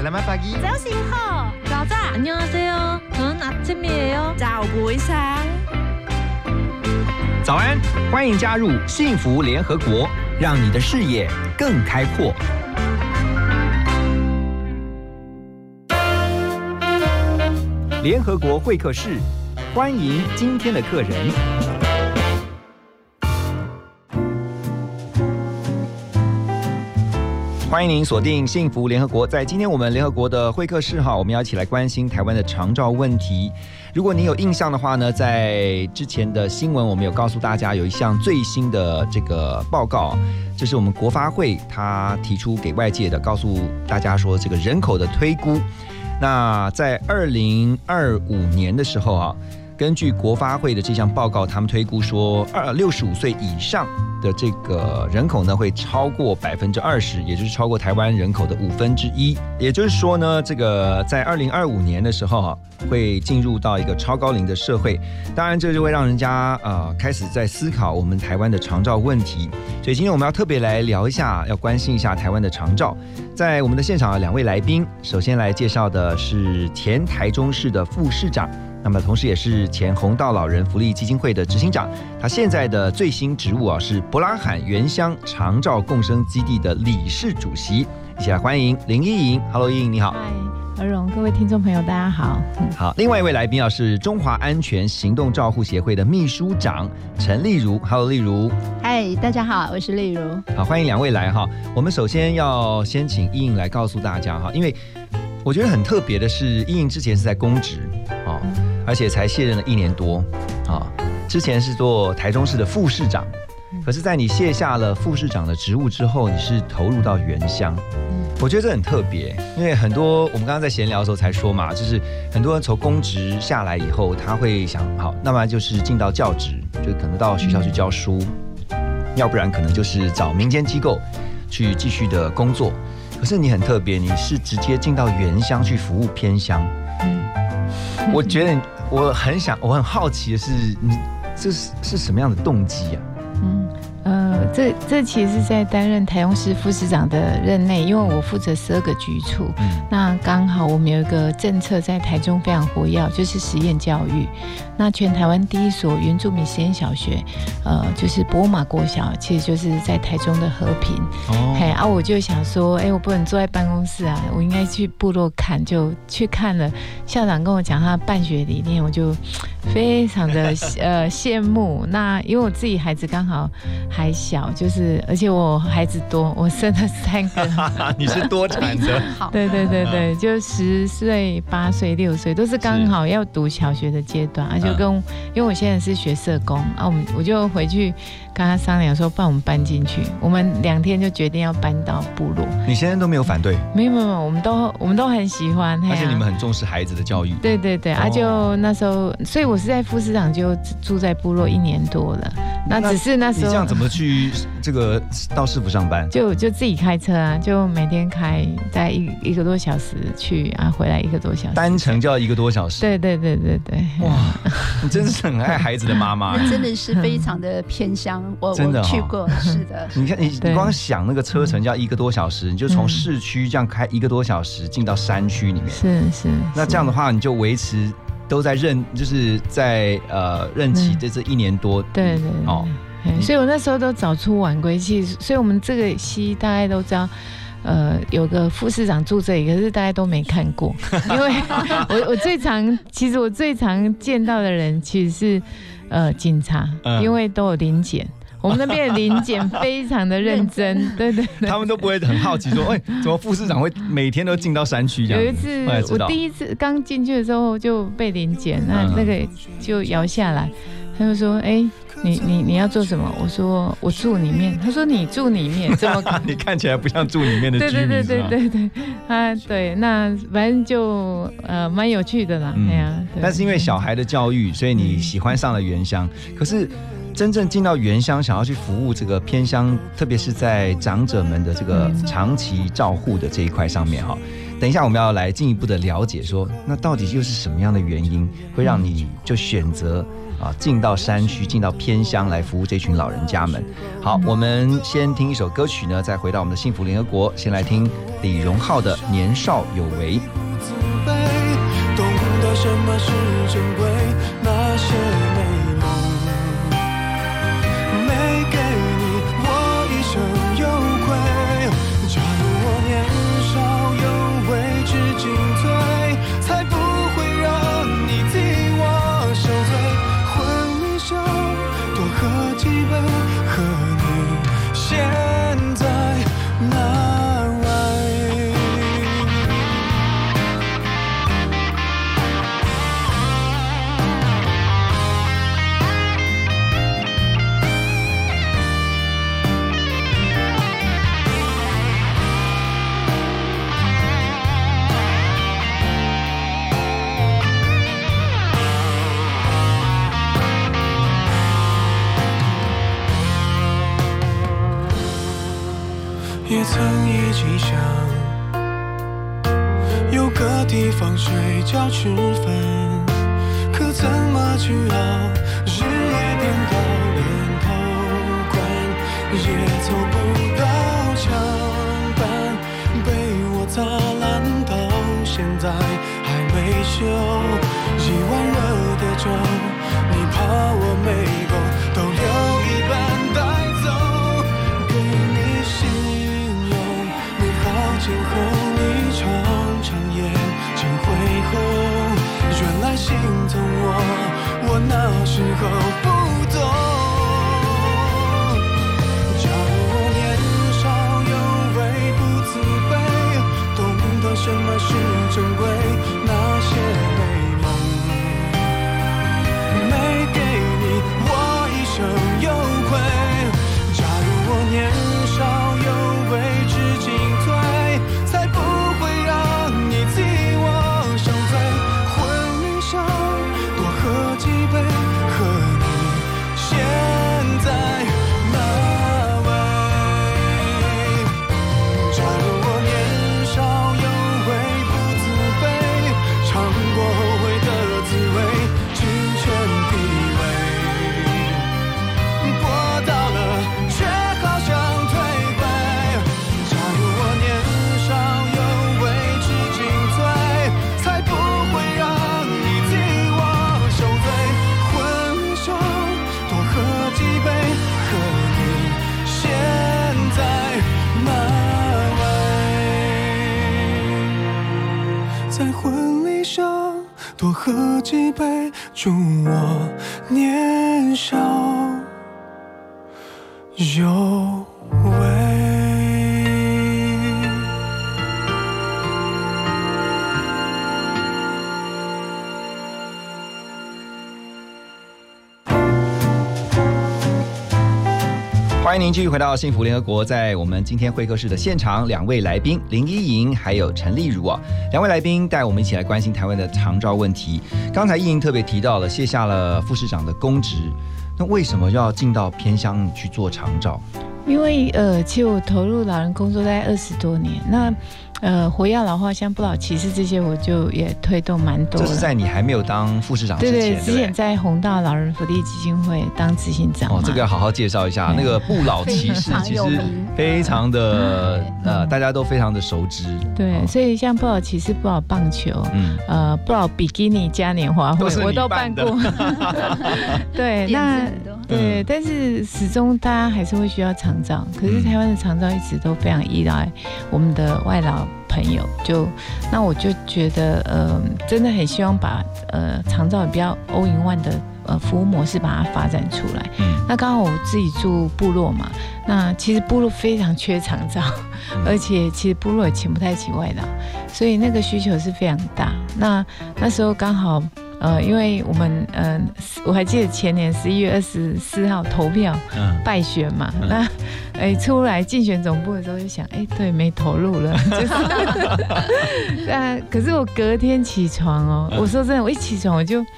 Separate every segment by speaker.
Speaker 1: Selamat pagi.
Speaker 2: 早醒好，
Speaker 3: 早早안녕하세요. 저는 아침이에요.
Speaker 2: 早不sáng。
Speaker 1: 早安，欢迎加入幸福联合国，让你的视野更开阔。联合国会客室，欢迎今天的客人。欢迎您锁定幸福联合国，在今天我们联合国的会客室我们要一起来关心台湾的长照问题。如果你有印象的话呢，在之前的新闻我们有告诉大家有一项最新的这个报告，这是我们国发会他提出给外界的，告诉大家说这个人口的推估。那在2025年的时候根据国发会的这项报告，他们推估说65岁以上的这个人口呢，会超过20%，也就是超过台湾人口的1/5。也就是说呢，这个在2025年的时候会进入到一个超高龄的社会。当然，这就会让人家开始在思考我们台湾的长照问题。所以今天我们要特别来聊一下，要关心一下台湾的长照。在我们的现场2位来宾，首先来介绍的是前台中市的副市长。那么同时也是前弘道老人福利基金会的执行长，他现在的最新职务是伯拉罕原乡长照共生基地的理事主席。一起来欢迎林依莹。 Hello， 依莹你好。
Speaker 3: 嗨，何荣，各位听众朋友大家好。
Speaker 1: 好，另外一位来宾是中华安全行动照护协会的秘书长陈丽如。 Hello， 丽如。
Speaker 4: 嗨，大家好，我是丽如。
Speaker 1: 好，欢迎2位来我们首先要先请依莹来告诉大家因为我觉得很特别的是，依莹之前是在公职而且才卸任了1年多之前是做台中市的副市长，可是在你卸下了副市长的职务之后，你是投入到原乡。我觉得这很特别，因为很多我们刚刚在闲聊的时候才说嘛，就是很多人从公职下来以后，他会想好，那么就是进到教职，就可能到学校去教书，要不然可能就是找民间机构去继续的工作。可是你很特别，你是直接进到原乡去服务偏乡。我觉得我很好奇的是，你这是什么样的动机啊？
Speaker 3: 这其实是在担任台中市副市长的任内，因为我负责12个局处，那刚好我们有一个政策在台中非常活跃，就是实验教育。那全台湾第1所原住民实验小学，就是博马国小，其实就是在台中的和平。我就想说，我不能坐在办公室我应该去部落看，就去看了。校长跟我讲他办学理念，我就非常的羡慕。那因为我自己孩子刚好还小，而且我孩子多，我生了3个。
Speaker 1: 你是多产的。
Speaker 3: 对，就10岁、8岁、6岁，都是刚好要读小学的阶段。因为我现在是学社工我就回去跟他商量说，不然我们搬进去。我们2天就决定要搬到部落。
Speaker 1: 你先生都没有反对？没有，
Speaker 3: 我们都很喜欢。
Speaker 1: 而且你们很重视孩子的教育。对，
Speaker 3: 就那时候，所以我是在副市长就住在部落1年多了。那只是那时候
Speaker 1: 你这样怎么去这个到市府上班？
Speaker 3: 就自己开车就每天开大概1个多小时去回来1个多小时，
Speaker 1: 单程就要1个多小时。
Speaker 3: 对。
Speaker 1: 哇，你真是很爱孩子的妈妈。
Speaker 4: 真的是非常的偏乡，我去过，是的。
Speaker 1: 你看你光想那个车程就要1个多小时，你就从市区这样开1个多小时进到山区里面。
Speaker 3: 是。
Speaker 1: 那这样的话，你就维持都在就是在任期这1年多。
Speaker 3: 对。所以我那时候都早出晚归，所以我们这个溪大概都知道，有个副市长住这里，可是大家都没看过，因为我最常见到的人其实是警察，因为都有临检。我们那边的临检非常的认真，对，
Speaker 1: 他们都不会很好奇说，怎么副市长会每天都进到山区这样？
Speaker 3: 有一次，我第1次刚进去的时候就被临检，那个就摇下来，他就说，你要做什么？我说我住里面。他说你住里面，怎么
Speaker 1: 你看起来不像住里面的居民？
Speaker 3: 对，对，那反正就蛮有趣的啦。
Speaker 1: 但是因为小孩的教育，所以你喜欢上了原乡。可是真正进到原乡，想要去服务这个偏乡，特别是在长者们的这个长期照护的这一块上面等一下我们要来进一步的了解说，那到底又是什么样的原因会让你就选择进到山区，进到偏乡来服务这群老人家们。好，我们先听一首歌曲呢，再回到我们的幸福联合国。先来听李荣浩的《年少有为》。
Speaker 2: 懂得什么是珍贵，那些美梦没给你，我一生有愧。假如我年少有为，知进退，才不会让你替我受罪。多喝几杯，和你现在哪位？也曾一起想有个地方睡觉吃饭，可怎么去熬，日夜颠倒，连头款也凑不到墙板，被我砸烂到现在还没修。一碗热的粥，你怕我没够，都留一半带走，给你心今后你常常眼睛会红，原来心疼我那时候不懂。假如我年少有为不自卑，懂得什么是珍贵，那些美梦没给你，我一生有愧。假如我年少有为知进退，才不会让你替我受罪。婚礼上多喝几杯，和你现在哪位？假如我年少有为不自卑，尝过后悔的滋味，金钱地位博到了，却好像退回。假如我年少有为知进退，才不会让你替我受罪。婚礼上多喝几杯，和你现在哪位？在婚礼上多喝几杯，祝我年少有为。
Speaker 1: 欢迎您继续回到幸福联合国，在我们今天会客室的现场，两位来宾林依莹还有陈丽如两位来宾带我们一起来关心台湾的长照问题。刚才依莹特别提到了卸下了副市长的公职，那为什么要进到偏乡去做长照？
Speaker 3: 因为其实我投入老人工作大概20多年，那活跃老化像不老骑士这些，我就也推动蛮多的。
Speaker 1: 这是在你还没有当副市长之前，
Speaker 3: 对，之前在弘大老人福利基金会当执行长。
Speaker 1: 这个要好好介绍一下。那个不老骑士其实非常的大家都非常的熟知。
Speaker 3: 对，所以像不老骑士、不老棒球、不老比基尼嘉年华会，我都办过。对，那对，但是始终大家还是会需要长照，可是台湾的长照一直都非常依赖我们的外劳朋友，那我就觉得真的很希望把长照比较all in one的服务模式把它发展出来。那刚好我自己住部落嘛，那其实部落非常缺长照，而且其实部落也请不太起外劳，所以那个需求是非常大。那时候刚好因为我们我还记得前年11月24号投票败选嘛，那出来竞选总部的时候就想，对，没投入了，可是我隔天起床我说真的，我一起床我就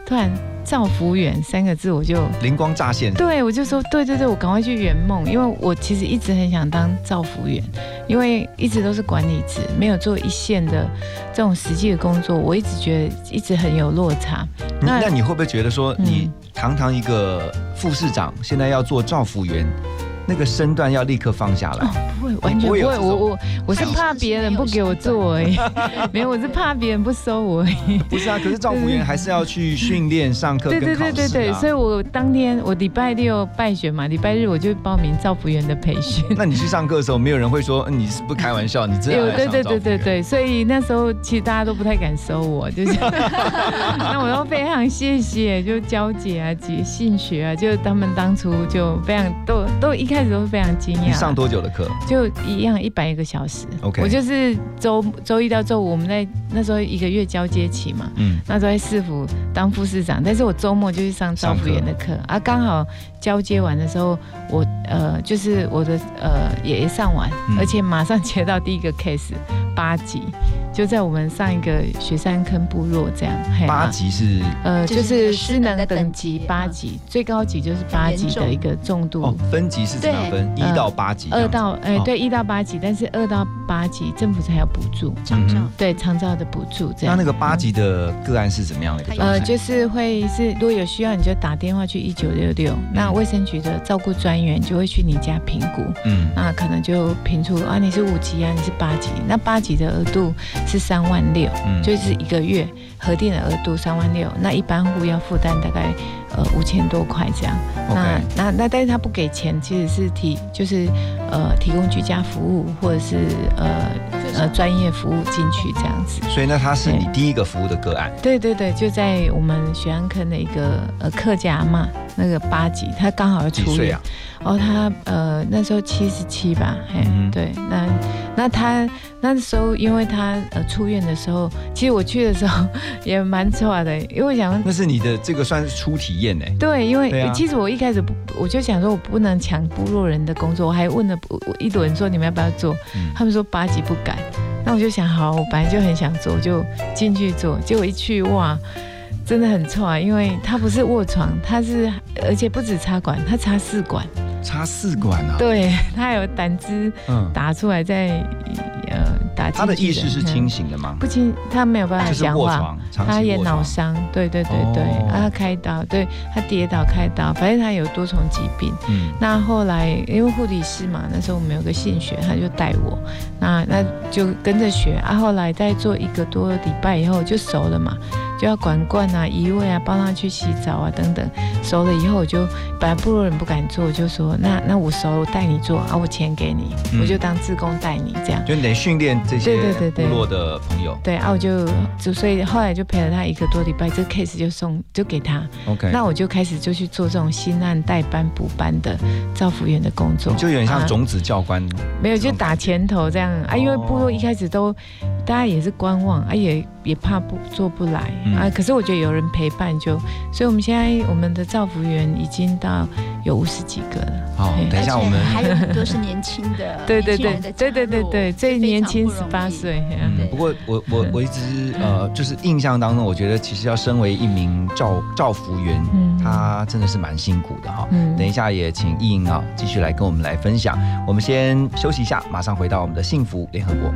Speaker 3: 突然造福园3个字我就
Speaker 1: 灵光乍现。
Speaker 3: 对，我就说对，我赶快去圆梦，因为我其实一直很想当造福员，因为一直都是管理职，没有做一线的这种实际的工作，我一直觉得一直很有落差。
Speaker 1: 那你会不会觉得说，你堂一个副市长，现在要做造福员？那个身段要立刻放下来。
Speaker 3: 不会，完全不会。我是怕别人不给我做而已，没有，我是怕别人不收我而已。
Speaker 1: 不是啊，可是照服员还是要去训练、上课跟考试啊。对，
Speaker 3: 所以我当天我礼拜6拜选嘛，礼拜日我就报名照服员的培训。
Speaker 1: 那你去上课的时候，没有人会说你是不开玩笑，你真的来上照服员？
Speaker 3: 对，所以那时候其实大家都不太敢收我，就是那我都非常谢谢，就娇姐啊、信学啊，就他们当初就非常都一开始都是非常惊讶。
Speaker 1: 你上多久的课？
Speaker 3: 就一样100个小时。
Speaker 1: OK，
Speaker 3: 我就是周一到周五，我们在那时候1个月交接期嘛，那时候在市府当副市长，但是我周末就去上照服员的课啊，刚好交接完的时候，我就是我的也上完，而且马上接到第一个 case 8级。就在我们上一个雪山坑部落这样。
Speaker 1: 8级是
Speaker 3: 就是失能等级8级，最高级就是8级的一个重度。
Speaker 1: 哦，分级是怎样分？1到8级。
Speaker 3: 对1到8级，但是2到8级政府才有补助，对长照的补助这样。
Speaker 1: 那个8级的个案是怎么样的一个状态？
Speaker 3: 就是会是如果有需要你就打电话去1966，那卫生局的照顾专员就会去你家评估，那可能就评出啊你是5级啊，你是8级，那8级的额度是3万6，就是1个月核定的额度3万6，那一般户要负担大概5000多块这样。那但是他不给钱，其实是提供居家服务或者是专业服务进去这样子。
Speaker 1: 所以那他是你第一个服务的个案？
Speaker 3: 对，就在我们雪安坑的一个客家阿嬷，那个8级，他刚好要出院。几岁啊？他那时候77吧，对，那他那时候因为他出院的时候，其实我去的时候也蛮错的，因为我想
Speaker 1: 那是你的这个算是初体验哎。
Speaker 3: 对，因为其实我一开始我就想说我不能抢部落人的工作，我还问了一轮说你们要不要做，他们说8级不敢，那我就想好，我本来就很想做，我就进去做，结果一去哇。真的很臭啊，因为它不是卧床，它是而且不止插管，它插4管，
Speaker 1: 插4管啊？
Speaker 3: 对，它有胆汁打出来再打进去的。他
Speaker 1: 的意识是清醒的吗？
Speaker 3: 不清，他没有办法讲话，他也脑伤，对，他开刀，对他跌倒开刀，反正他有多重疾病。那后来因为护理师嘛，那时候我们有个信学，他就带我，那就跟着学啊。后来在做1个多礼拜以后就熟了嘛。就要管灌啊、移位啊、帮他去洗澡啊等等，熟了以后我就本来部落人不敢做，我就说那我熟了，我带你做啊，我钱给你，我就当志工带你这样，
Speaker 1: 就你得训练这些部落的朋友。
Speaker 3: 对啊，我就所以后来就陪了他1个多礼拜，这个 case 就给他。OK， 那我就开始就去做这种新案代班补班的照服员的工作，
Speaker 1: 就有点像种子教官。
Speaker 3: 没有，就打前头这样啊，因为部落一开始都大家也是观望啊，也怕做不来。可是我觉得有人陪伴所以我们现在我们的照服员已经到有50几个了。
Speaker 1: 好，等一下我们
Speaker 4: 还有很多是年轻的，
Speaker 3: 对，最年轻18岁。
Speaker 1: 不过我一直就是印象当中，我觉得其实要身为一名照服员，他真的是蛮辛苦的哈。等一下也请易莹啊继续来跟我们来分享。我们先休息一下，马上回到我们的幸福联合国。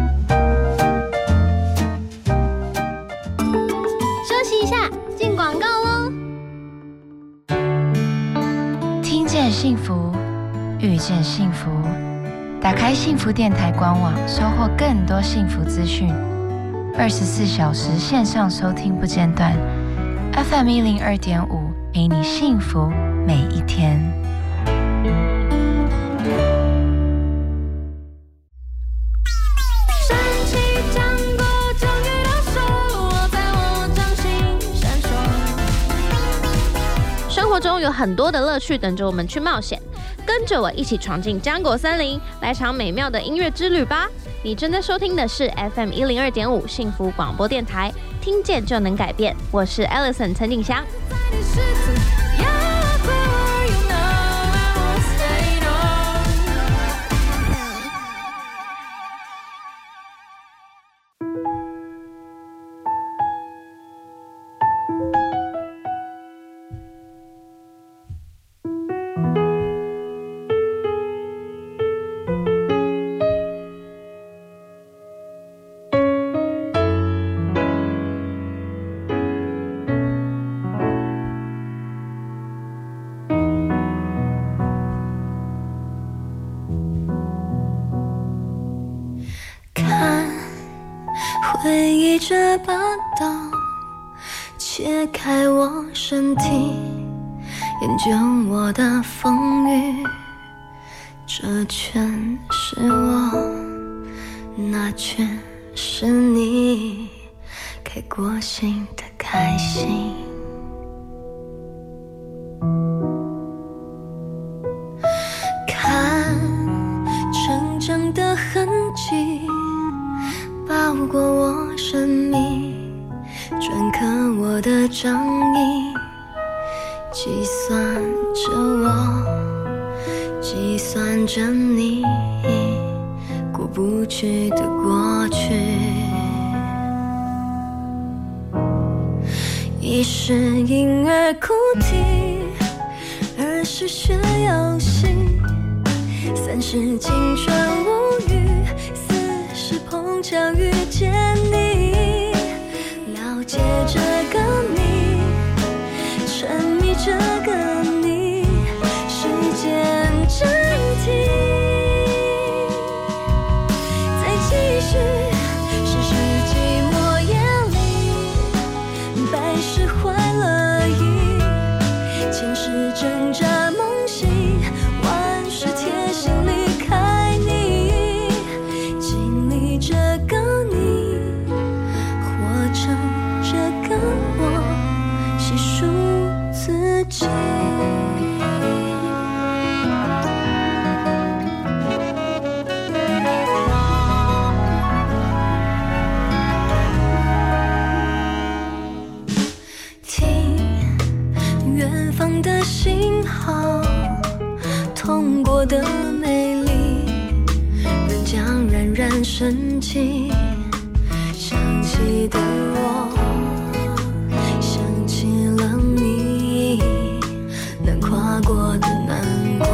Speaker 5: 幸福，遇见幸福。打开幸福电台官网，收获更多幸福资讯。24小时线上收听不间断 ，FM 102.5，陪你幸福每一天。
Speaker 6: 生活中有很多的乐趣等着我们去冒险，跟着我一起闯进浆果森林，来场美妙的音乐之旅吧！你正在收听的是 FM 102.5幸福广播电台，听见就能改变。我是 Allison 陈景祥。
Speaker 7: 回忆这把刀，切开我身体，研究我的风雨。这全是我，那全是你，开过心的开心。看成长的痕迹包裹我生命，篆刻我的仗义，计算着我，计算着你过不去的过去。一是婴儿哭啼，二是学游戏，三是青春无语，四是碰巧遇见你，了解这个你，沉迷这个你，时间暂停，再继续，是寂寞夜里，百事坏了意，前世挣扎梦醒，万事贴心离开你，经历这个你，活成这个我，细数自己。听远方的信号，痛过的美丽，仍将冉冉升起，想起的我，想起了你，难跨过的难过。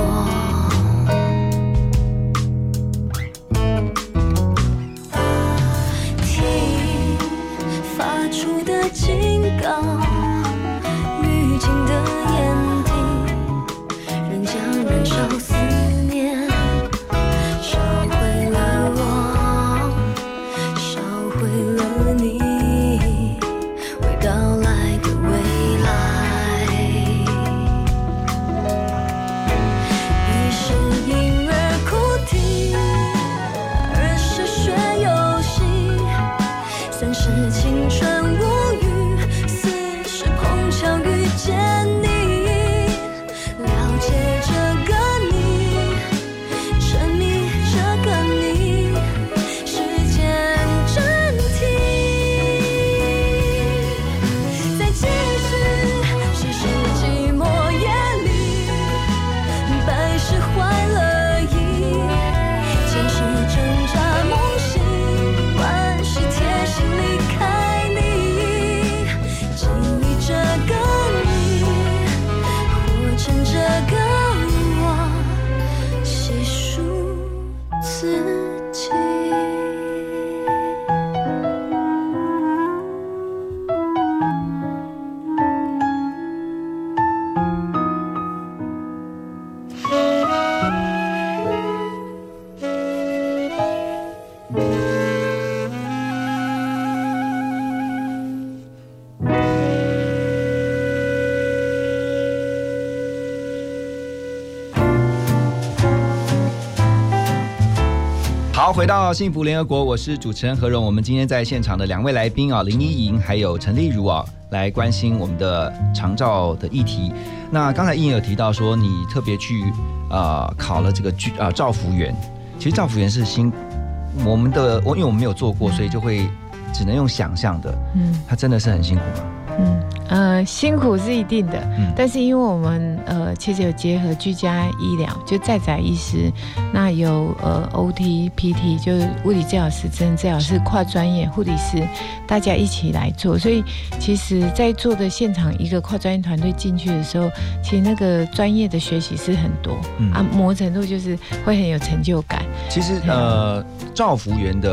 Speaker 7: 听发出的警告，预警的眼底，仍将燃烧思念，烧毁了我，烧毁了你，未到来的未来。一是婴儿哭啼，二是学游戏，三是青春无语，四是碰巧遇见你，了解这个你，沉迷这个你，时间暂停，再继续，是寂寞夜里，百事坏了意，前世挣扎梦醒，万事贴心离开你，经历这个你，活成这个我，细数自己。
Speaker 1: 好，回到幸福联合国，我是主持人何荣。我们今天在现场的两位来宾啊，林依莹还有陈丽如啊，来关心我们的长照的议题。那刚才依莹有提到说，你特别去考了这个照服员。其实照服员是因为我们没有做过，所以就会只能用想象的。他真的是很辛苦吗？
Speaker 3: 辛苦是一定的，但是因为我们其实有结合居家医疗，就在宅医师，那有OT、PT， 就是物理治疗师、职能治疗师、跨专业护理师，大家一起来做。所以其实，在做的现场，一个跨专业团队进去的时候，其实那个专业的学习是很多某程度就是会很有成就感。
Speaker 1: 其实照服员的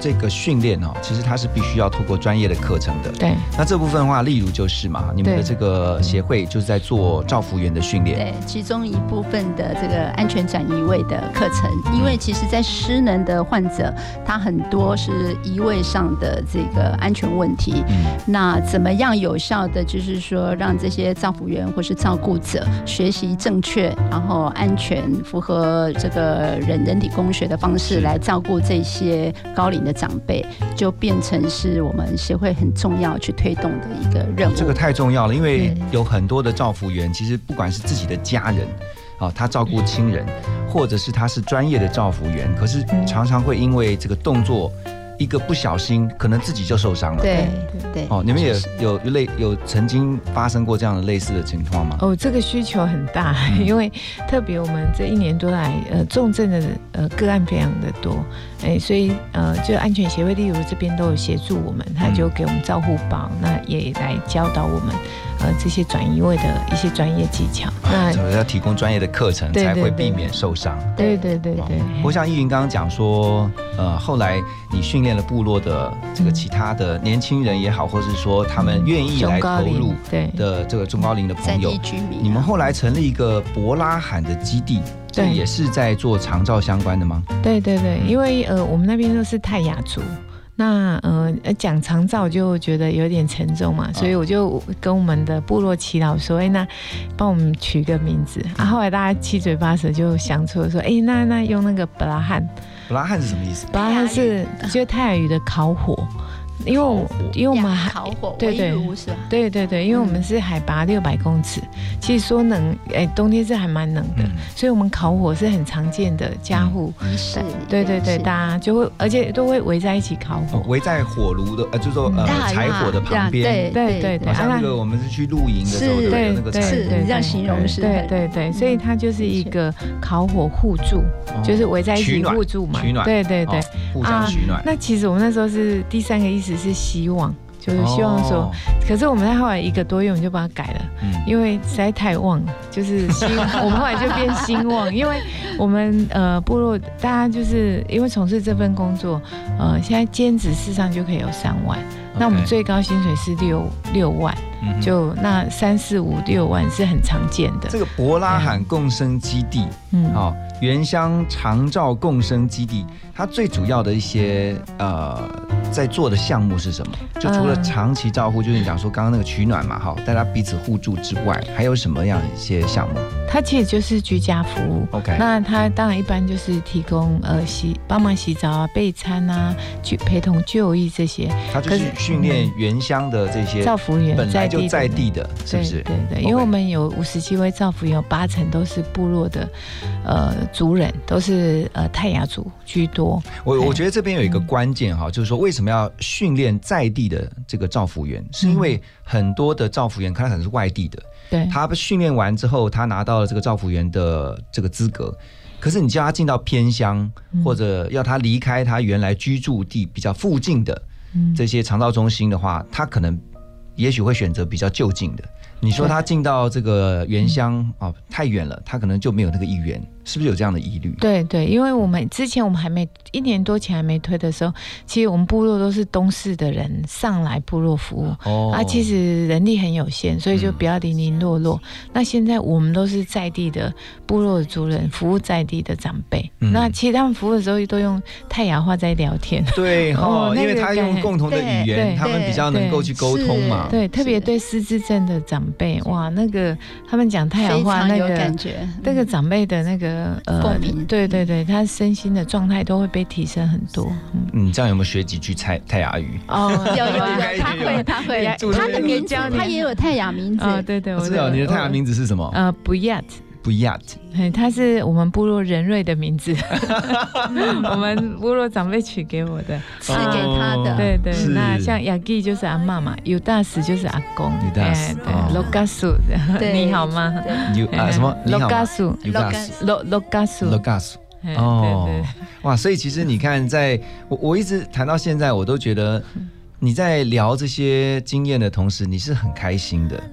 Speaker 1: 这个训练哦，其实它是必须要透过专业的课程的。
Speaker 3: 对，
Speaker 1: 那这部分的话，例如就是嘛，你们的这个协会就是在做照服员的训练。
Speaker 4: 对，其中一部分的这个安全转移位的课程，因为其实在失能的患者，他很多是移位上的这个安全问题。那怎么样有效的，就是说让这些照服员或是照顾者学习正确，然后安全符合这个人体工学的方式来照顾这些高龄的长辈，就变成是我们协会很重要去推动的一个任务。
Speaker 1: 这个太重要了，因为有很多的照服员，其实不管是自己的家人，他照顾亲人，或者是他是专业的照服员，可是常常会因为这个动作一个不小心，可能自己就受伤了。
Speaker 4: 对，
Speaker 1: 你们也有曾经发生过这样的类似的情况吗？
Speaker 3: 这个需求很大，因为特别我们这1年多来，重症的个案非常的多，所以就安全协会例如这边都有协助我们，他就给我们照护包，那也来教导我们这些转移位的一些专业技巧。那
Speaker 1: 要提供专业的课程，才会避免受伤。
Speaker 3: 对。
Speaker 1: 不过像依云刚刚讲说，后来你训练了部落的这个其他的年轻人也好，或是说他们愿意来投入的这个中高龄的朋友，你们后来成立一个伯拉罕的基地，这也是在做长照相关的吗？
Speaker 3: 对，因为我们那边都是泰雅族。那讲长照就觉得有点沉重嘛，所以我就跟我们的部落耆老说，那帮我们取个名字啊。后来大家七嘴八舌就想出了说，那用那个伯拉罕。
Speaker 1: 伯拉罕是什么意思？
Speaker 3: 伯拉罕是就泰雅语的烤火。因为我们
Speaker 4: 烤火，
Speaker 3: 对，因为我们是海拔600公尺，其实说冷，冬天是还蛮冷的，所以我们烤火是很常见的家户
Speaker 4: 仪式。
Speaker 3: 对，大家就会，而且都会围在一起烤火，
Speaker 1: 围在火炉的，就是说柴火的旁边。
Speaker 3: 对，
Speaker 1: 像那个我们是去露营的时候，对那个柴火，
Speaker 4: 你这样形容是。
Speaker 3: 对，所以它就是一个烤火互助，就是围在一起互助嘛。
Speaker 1: 取暖，
Speaker 3: 对，
Speaker 1: 互相取暖。
Speaker 3: 那其实我们那时候是第3个意思是希望，就是希望说，可是我们在后来1个多月我们就把它改了，因为实在太旺了，就是我们后来就变兴旺，因为我们部落大家就是因为从事这份工作，现在兼职事实上就可以有3万，那我们最高薪水是6万。就那3、4、5、6万是很常见的。这
Speaker 1: 个伯拉罕共生基地，原乡长照共生基地，它最主要的一些在做的项目是什么？就除了长期照护，就是你讲说刚刚那个取暖嘛，大家彼此互助之外，还有什么样的一些项目？
Speaker 3: 它其实就是居家服务。
Speaker 1: OK，
Speaker 3: 那它当然一般就是提供帮忙洗澡啊、备餐啊、陪同就医这些。
Speaker 1: 它就是训练原乡的这些
Speaker 3: 照服员，
Speaker 1: 本来就在地的，是不是？
Speaker 3: 对，因为我们有57位照服员，有8成都是部落的族人，都是泰雅族居多。
Speaker 1: 我觉得这边有一个关键就是说为什么要训练在地的这个照服员，是因为很多的照服员他可能是外地的，
Speaker 3: 对，
Speaker 1: 他训练完之后，他拿到了这个照服员的这个资格，可是你叫他进到偏乡，或者要他离开他原来居住地比较附近的这些长照中心的话，他可能也许会选择比较就近的。你说他进到这个原乡太远了，他可能就没有那个意愿，是不是有这样的疑虑？
Speaker 3: 对，因为我们之前还没1年多前还没推的时候，其实我们部落都是东市的人上来部落服务，其实人力很有限，所以就比较零零落落。那现在我们都是在地的部落的族人，服务在地的长辈。那其实他们服务的时候都用泰雅话在聊天，
Speaker 1: 对因为他用共同的语言，他们比较能够去沟通嘛。
Speaker 3: 对，特别对失智症的长辈，哇，那个他们讲泰雅话，那个
Speaker 4: 感觉，
Speaker 3: 那个长辈的那个
Speaker 4: 共鸣，
Speaker 3: 对，他身心的状态都会被提升很多。
Speaker 1: 这样有没有学几句泰雅语？
Speaker 4: 有，他会，他的名字他也有泰雅名字。
Speaker 3: 对，
Speaker 1: 我知道你的泰雅名字是什么？
Speaker 3: 不亚。
Speaker 1: 不亚，
Speaker 3: 它是我们部落人瑞的名字，我们部落长辈取给我的，
Speaker 4: 赐给他的。
Speaker 3: 对，那像雅基就是阿嬷嘛，尤大斯就是阿公，对，罗嘎苏，你好吗？
Speaker 1: 什么？
Speaker 3: 罗嘎苏，罗嘎苏。
Speaker 1: 哇，所以其实你看，我一直谈到现在，我都觉得你在聊这些经验的同时，你是很开心的。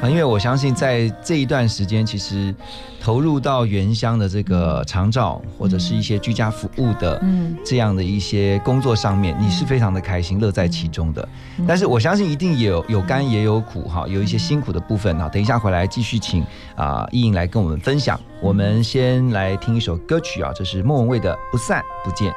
Speaker 1: 因为我相信在这一段时间，其实投入到原乡的这个长照或者是一些居家服务的这样的一些工作上面，你是非常的开心，乐在其中的。但是我相信一定也有甘也有苦哈，有一些辛苦的部分哈。等一下回来继续请依莹来跟我们分享。我们先来听一首歌曲啊，这是莫文蔚的《不散不见》。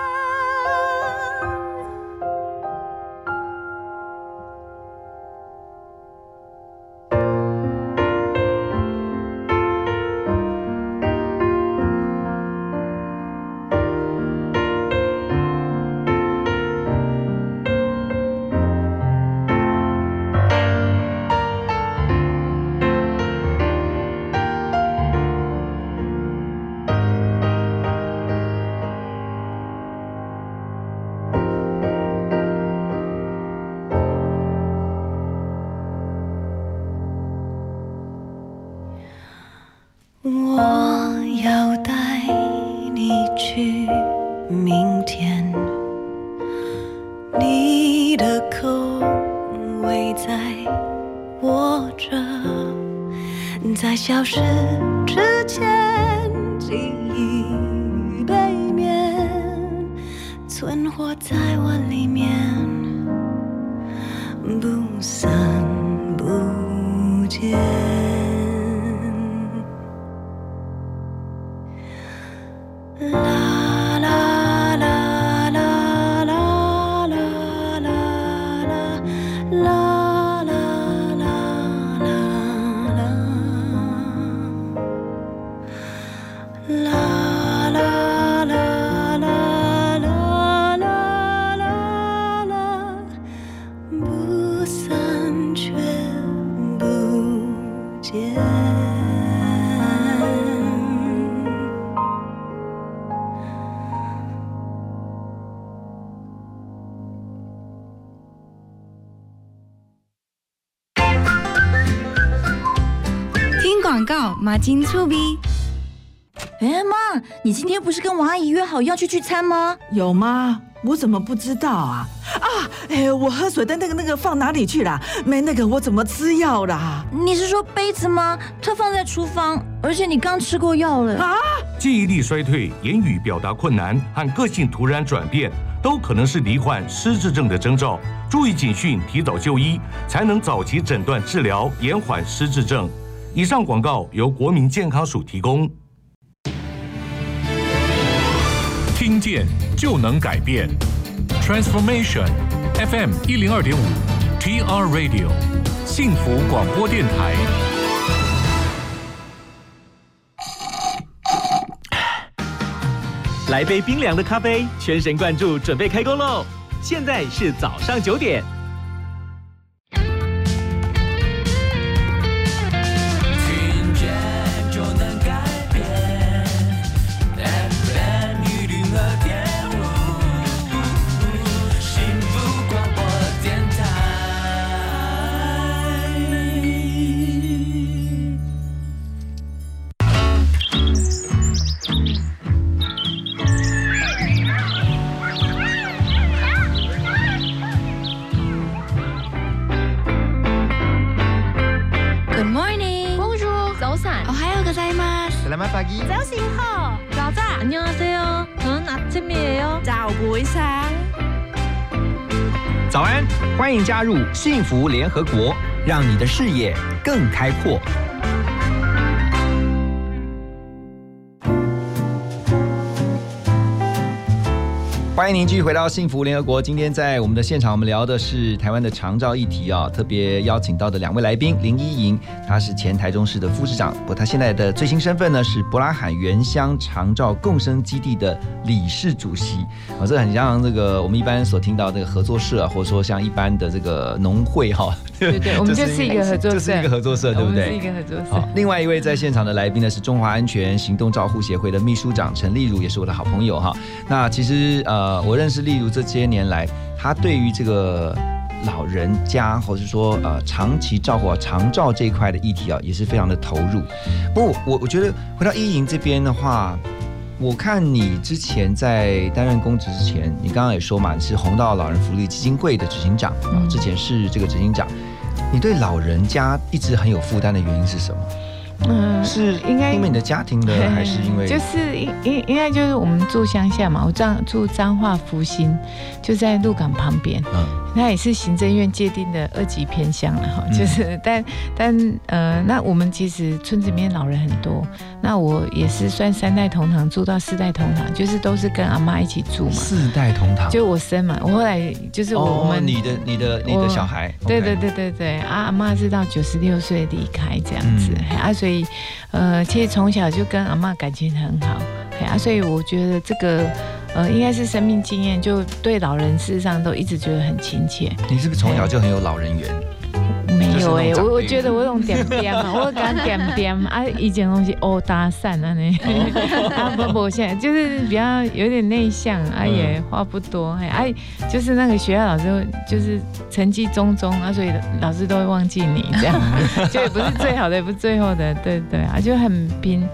Speaker 8: 广告马金醋逼。妈，你今天不是跟王阿姨约好要去聚餐吗？
Speaker 9: 有吗？我怎么不知道啊？我喝水的那个放哪里去了？没那个我怎么吃药啦？
Speaker 8: 你是说杯子吗？它放在厨房，而且你刚吃过药了啊！
Speaker 10: 记忆力衰退、言语表达困难和个性突然转变，都可能是罹患失智症的征兆。注意警讯，提早就医，才能早期诊断治疗，延缓失智症。以上广告由国民健康署提供。听见就能改变 ，Transformation FM 102.5 TR Radio 幸福广播电台。
Speaker 11: 来杯冰凉的咖啡，全神贯注，准备开工喽！现在是早上9点。
Speaker 12: Selamat pagi.
Speaker 13: 早醒好，早早。
Speaker 14: 안녕하세요. 저는 아침이에요.
Speaker 13: 早不会sáng。
Speaker 1: 早安，欢迎加入幸福联合国，让你的视野更开阔。欢迎您继续回到幸福联合国。今天在我们的现场，我们聊的是台湾的长照议题啊，特别邀请到的2位来宾，林依莹，她是前台中市的副市长，不过她现在的最新身份呢是伯拉罕原乡长照共生基地的理事主席啊，这很像这个我们一般所听到这个合作社啊，或者说像一般的这个农会哈。
Speaker 3: 对对，我们就是一个合作社，
Speaker 1: 就是一个合作社，对不对？
Speaker 3: 我们是一个合作社。
Speaker 1: 好，另外一位在现场的来宾呢是中华安全行动照护协会的秘书长陈丽如，也是我的好朋友哈。那其实我认识丽如这些年来，她对于这个老人家，或是说长期照顾长照这一块的议题啊，也是非常的投入。不过我觉得回到依莹这边的话，我看你之前在担任公职之前，你刚刚也说嘛，你是弘道老人福利基金会的执行长，之前是这个执行长。 你对老人家一直很有负担的原因是什么？是应该因为你的家庭的，还是因为
Speaker 3: 就是应该就是我们住乡下嘛，我住彰化福兴，就在鹿港旁边，那也是行政院界定的2级偏乡了哈，就是那我们其实村子里面老人很多，那我也是算3代同堂住到4代同堂，就是都是跟阿嬷一起住嘛
Speaker 1: ，4代同堂，
Speaker 3: 就我生嘛，我后来就是我们
Speaker 1: 你的小孩，
Speaker 3: 对，阿嬷是到96岁离开这样子，所以其实从小就跟阿嬷感情很好，所以我觉得这个应该是生命经验，就对老人事实上都一直觉得很亲切。你是不是从小就很有老人缘？没有我觉得我有种点点嘛，我敢点点啊，以前东西搭讪啊不，现在就是比较有点内向啊，也话不多，就是那个学校老师就是成绩中啊，所以老师都会忘记你这样，就也不是最好的，也不是最后的，对啊，就很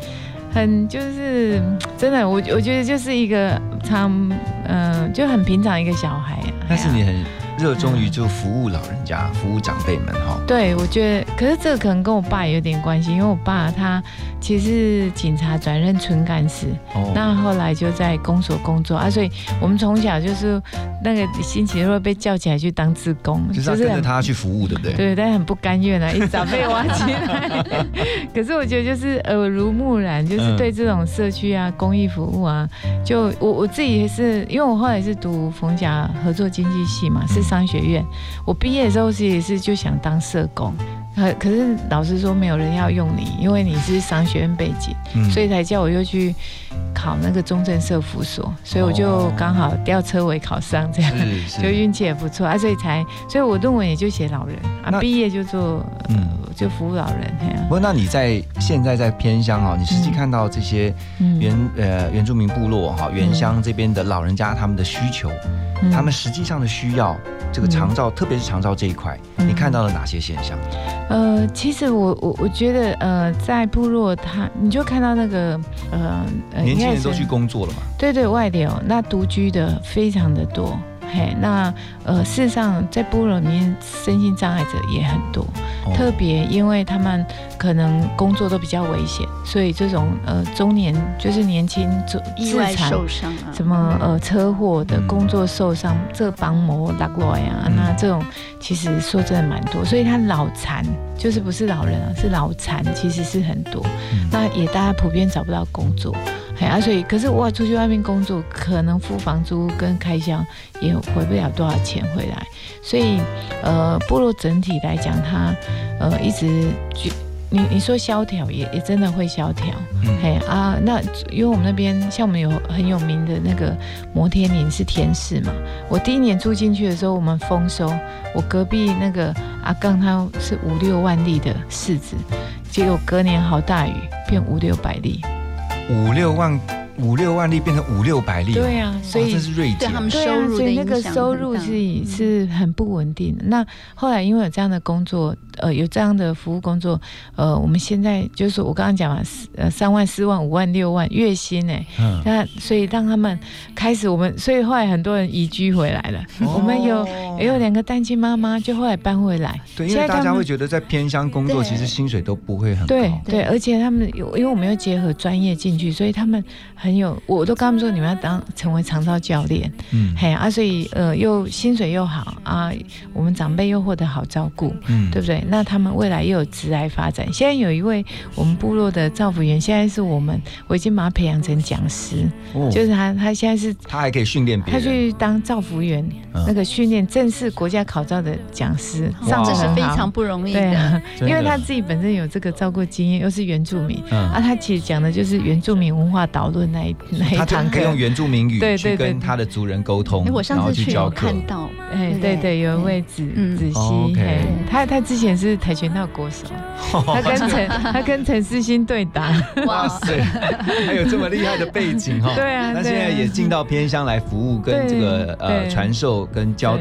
Speaker 3: 就是真的，我觉得就是一个就很平常一个小孩，但是你很热衷于就服务老人家，服务长辈们哈。对，我觉得，可是这个可能跟我爸也有点关系，因为我爸他其实是警察转任村干事，那后来就在公所工作啊，所以我们从小就是那个星期六被叫起来去当志工，就是跟着他去服务，对不对？对，但很不甘愿啊，一早被挖起来。可是我觉得就是耳濡目染，就是对这种社区啊、公益服务啊，就我自己也是，因为我后来是读逢甲合作经济系嘛，是商学院。我毕业的时候也是就想当社工，可是老师说没有人要用你，因为你是商学院背景，所以才叫我又去考那个中正社福所，所以我就刚好吊车尾考上，这样就运气也不错啊，所以我论文也就写老人啊，毕业就做就服务老人。不过那你现在在偏乡哈，你实际看到这些原住民部落哈原乡这边的老人家他们的需求，他们实际上的需要，这个长照，特别是长照这一块，你看到了哪些现象？其实我觉得在部落你就看到那个年轻人都去工作了嘛，对，外流，那独居的非常的多。那事实上在部落里面身心障碍者也很多，特别因为他们可能工作都比较危险，所以这种中年就是年轻
Speaker 4: 意外受伤啊，
Speaker 3: 什么车祸的工作受伤，这帮膜拉过来啊，那这种其实说真的蛮多，所以他脑残就是不是老人啊，是脑残，其实是很多，那也大家普遍找不到工作。所以可是我出去外面工作，可能付房租跟开销也回不了多少钱回来，所以部落整体来讲，它一直你说萧条也真的会萧条，那因为我们那边像我们有很有名的那个摩天林是天使嘛，我第1年住进去的时候，我们丰收，我隔壁那个阿杠他是5-6万粒的柿子，结果隔年好大雨，变500-600粒。5-6万粒变成500-600粒，对啊，所以这是锐减，对他们收入的影响很大，所以那个收入是很不稳定的。那后来因为有这样的工作，有这样的服务工作，我们现在就是我刚刚讲嘛，3万、4万、5万、6万月薪那所以让他们开始所以后来很多人移居回来了。我们有2个单亲妈妈，就后来搬回来。对，因为大家会觉得在偏乡工作，其实薪水都不会很高。对，而且他们因为我们又结合专业进去，所以他们我都跟他们说，你们要成为长照教练，所以又薪水又好啊，我们长辈又获得好照顾，对不对？那他们未来又有职涯发展。现在有一位我们部落的照服员，现在是我已经把他培养成讲师，就是他现在是他还可以训练别人，他去当照服员，那个训练正式国家考照的讲师，上这是非常不容易的，对啊，因为他自己本身有这个照顾经验，又是原住民，他其实讲的就是原住民文化导论那一堂课，他可以用原住民语去跟他的族人沟通，我上次去有看到，对，有一位子熙，他之前是跆拳道国手，他跟陈思欣对打，哇塞，还有这么厉害的背景哈，对啊，那现在也进到偏乡来服务，跟这个传授跟教导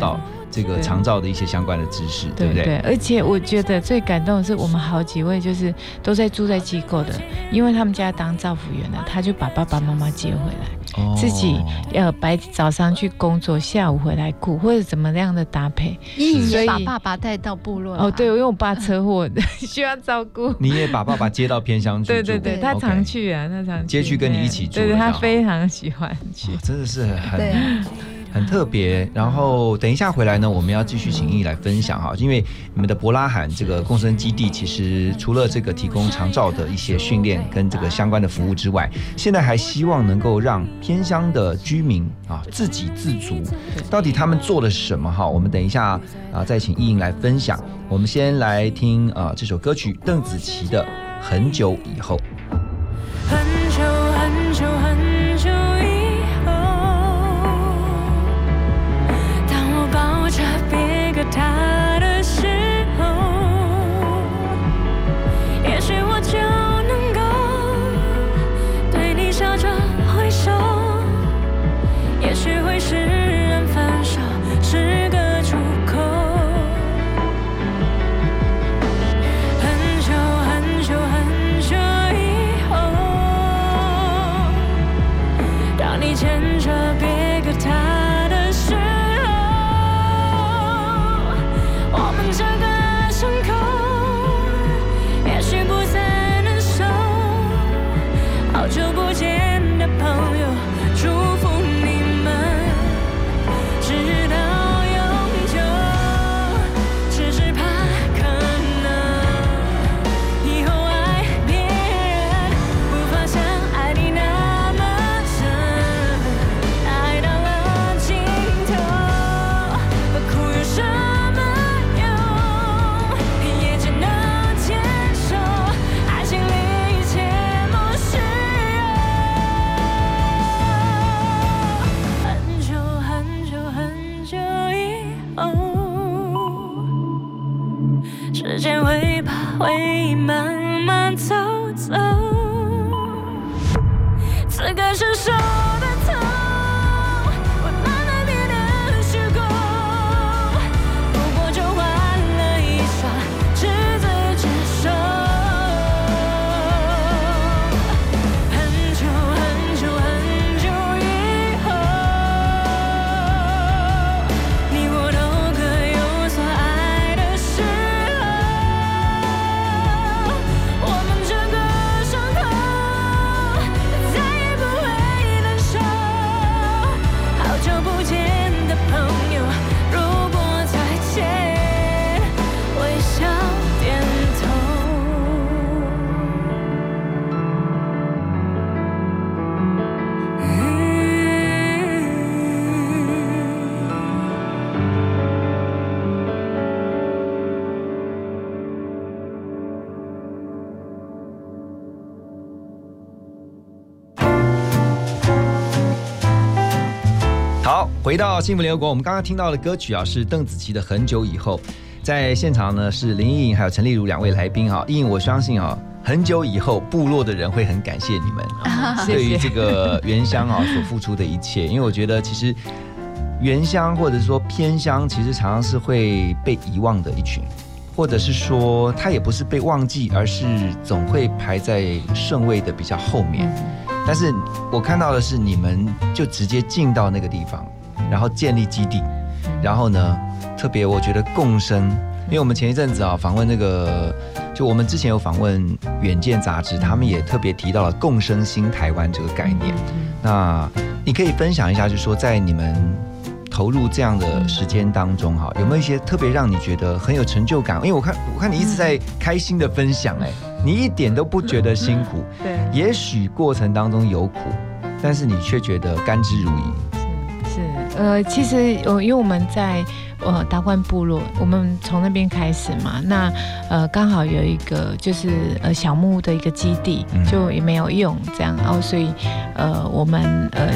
Speaker 1: 这个长照的一些相关的知识，对不对？
Speaker 3: 对，而且我觉得最感动的是，我们好几位就是都在住在机构的，因为他们家当照服员了，他就把爸爸妈妈接回来，自己早上去工作，下午回来顾，或者怎么样的搭配。
Speaker 4: 你也把爸爸带到部落
Speaker 3: 哦，对，因为我爸车祸需要照顾，
Speaker 1: 你也把爸爸接到偏乡去住。
Speaker 3: 对，他常去啊，他常去
Speaker 1: 接去跟你一起住，
Speaker 3: 对，他非常喜欢去，
Speaker 1: 真的是很特别。然后等一下回来呢，我们要继续请英毅来分享哈，因为你们的伯拉罕这个共生基地，其实除了这个提供长照的一些训练跟这个相关的服务之外，现在还希望能够让偏乡的居民自给自足。到底他们做了什么哈？我们等一下再请英毅来分享。我们先来听这首歌曲邓紫棋的《很久以后》。
Speaker 7: 很久很久很久以后，当我抱着别个他的时候，也许我就能够对你笑着挥手，也许会释然分手是个出口。很久很久很久以后，当你牵着别个他的时候，我们这个伤口也许不再能收。好久不见的朋友，祝福你们直到永久。只是怕可能以后爱别人，无法像爱你那么深，爱到了尽头，何苦有什么用，也只能接受爱情里一切不是人。很久很久很久以后，时间会把回忆慢慢走走，此刻伸手的痛会慢慢变得虚构，不过就换了一双执子之手。很久很久很久以后，你我都各有所爱的时候，我们这个伤口再也不会难受。好久不见的朋友，如果再见，微笑点头。
Speaker 1: 好，回到幸福联合国，我们刚刚听到的歌曲是邓紫棋的《很久以后》。在现场呢是林颖还有陈丽如两位来宾哈。颖，我相信很久以后部落的人会很感谢你们对于这个原乡所付出的一切，因为我觉得其实原乡或者说偏乡其实常常是会被遗忘的一群，或者是说它也不是被忘记，而是总会排在顺位的比较后面。但是我看到的是你们就直接进到那个地方，然后建立基地，然后呢特别我觉得共生，因为我们前一阵子访问那个，就我们之前有访问远见杂志，他们也特别提到了共生新台湾这个概念。那你可以分享一下，就是说在你们投入这样的时间当中有没有一些特别让你觉得很有成就感？因为我看你一直在开心的分享，你一点都不觉得辛苦。
Speaker 3: 对，
Speaker 1: 也许过程当中有苦，但是你却觉得甘之如饴。
Speaker 3: 是，其实因为我们在达观部落，我们从那边开始嘛，那刚好有一个就是小木屋的一个基地，就也没有用这样，然后所以我们